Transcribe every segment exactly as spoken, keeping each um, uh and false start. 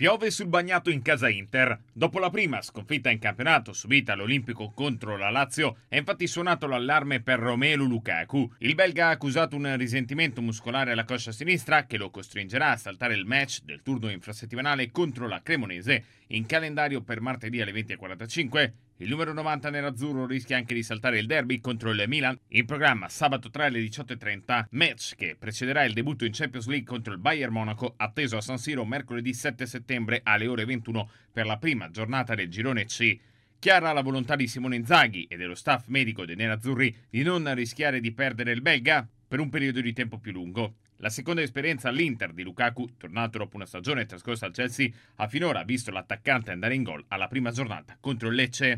Piove sul bagnato in casa Inter. Dopo la prima sconfitta in campionato subita all'Olimpico contro la Lazio, è infatti suonato l'allarme per Romelu Lukaku. Il belga ha accusato un risentimento muscolare alla coscia sinistra che lo costringerà a saltare il match del turno infrasettimanale contro la Cremonese, in calendario per martedì alle venti e quarantacinque. Il numero novanta nerazzurro rischia anche di saltare il derby contro il Milan, in programma sabato tre alle diciotto e trenta, match che precederà il debutto in Champions League contro il Bayern Monaco, atteso a San Siro mercoledì sette settembre alle ore ventuno per la prima giornata del girone C. Chiara la volontà di Simone Inzaghi e dello staff medico dei nerazzurri di non rischiare di perdere il belga per un periodo di tempo più lungo. La seconda esperienza all'Inter di Lukaku, tornato dopo una stagione trascorsa al Chelsea, ha finora visto l'attaccante andare in gol alla prima giornata contro il Lecce.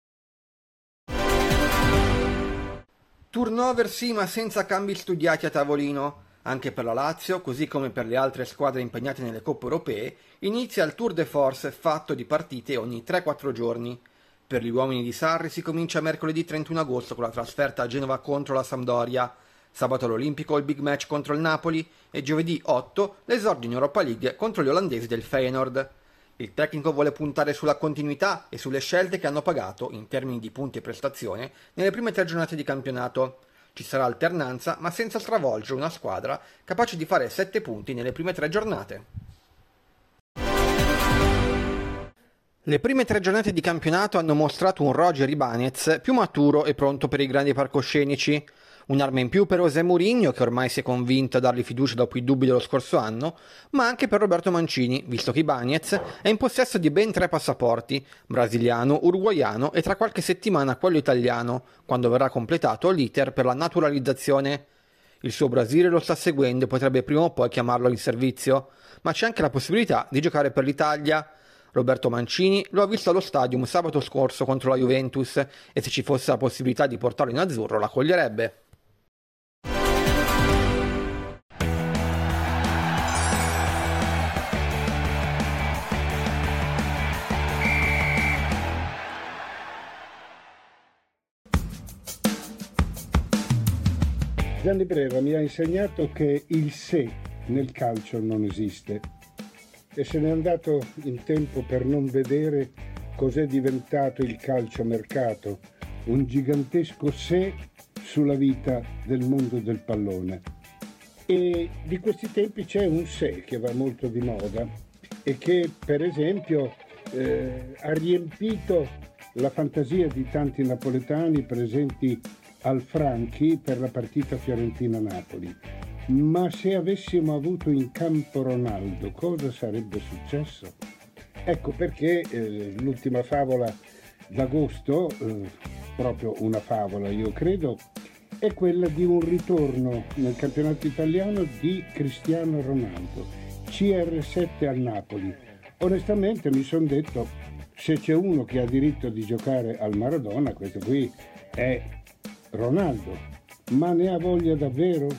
Turnover sì, ma senza cambi studiati a tavolino. Anche per la Lazio, così come per le altre squadre impegnate nelle coppe europee, inizia il tour de force fatto di partite ogni tre quattro giorni. Per gli uomini di Sarri si comincia mercoledì trentuno agosto con la trasferta a Genova contro la Sampdoria. Sabato all'Olimpico il big match contro il Napoli e giovedì otto l'esordio in Europa League contro gli olandesi del Feyenoord. Il tecnico vuole puntare sulla continuità e sulle scelte che hanno pagato, in termini di punti e prestazione, nelle prime tre giornate di campionato. Ci sarà alternanza, ma senza stravolgere una squadra capace di fare sette punti nelle prime tre giornate. Le prime tre giornate di campionato hanno mostrato un Roger Ibanez più maturo e pronto per i grandi palcoscenici. Un'arma in più per José Mourinho, che ormai si è convinto a dargli fiducia dopo i dubbi dello scorso anno, ma anche per Roberto Mancini, visto che Ibanez è in possesso di ben tre passaporti, brasiliano, uruguaiano e tra qualche settimana quello italiano, quando verrà completato l'iter per la naturalizzazione. Il suo Brasile lo sta seguendo e potrebbe prima o poi chiamarlo in servizio, ma c'è anche la possibilità di giocare per l'Italia. Roberto Mancini lo ha visto allo stadium sabato scorso contro la Juventus e se ci fosse la possibilità di portarlo in azzurro la coglierebbe. Gianni Brera mi ha insegnato che il se nel calcio non esiste e se n'è andato in tempo per non vedere cos'è diventato il calciomercato, un gigantesco se sulla vita del mondo del pallone. E di questi tempi c'è un se che va molto di moda e che per esempio eh, ha riempito la fantasia di tanti napoletani presenti al Franchi per la partita Fiorentina-Napoli. Ma se avessimo avuto in campo Ronaldo, cosa sarebbe successo? Ecco perché eh, l'ultima favola d'agosto, eh, proprio una favola io credo, è quella di un ritorno nel campionato italiano di Cristiano Ronaldo, C R sette al Napoli. Onestamente mi sono detto, se c'è uno che ha diritto di giocare al Maradona, questo qui è Ronaldo, ma ne ha voglia davvero?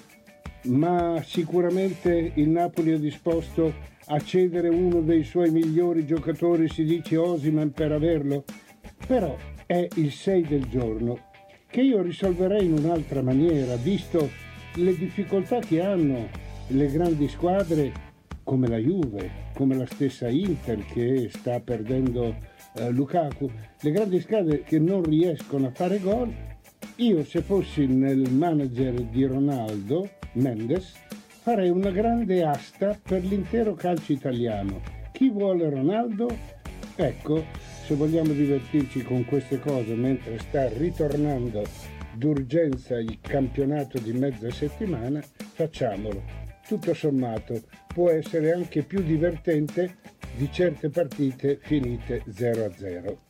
Ma sicuramente il Napoli è disposto a cedere uno dei suoi migliori giocatori, si dice Osimhen, per averlo? Però è il sei del giorno, che io risolverei in un'altra maniera, visto le difficoltà che hanno le grandi squadre come la Juve, come la stessa Inter che sta perdendo eh, Lukaku, le grandi squadre che non riescono a fare gol. Io se fossi nel manager di Ronaldo, Mendes, farei una grande asta per l'intero calcio italiano. Chi vuole Ronaldo? Ecco, se vogliamo divertirci con queste cose mentre sta ritornando d'urgenza il campionato di mezza settimana, facciamolo. Tutto sommato può essere anche più divertente di certe partite finite zero a zero.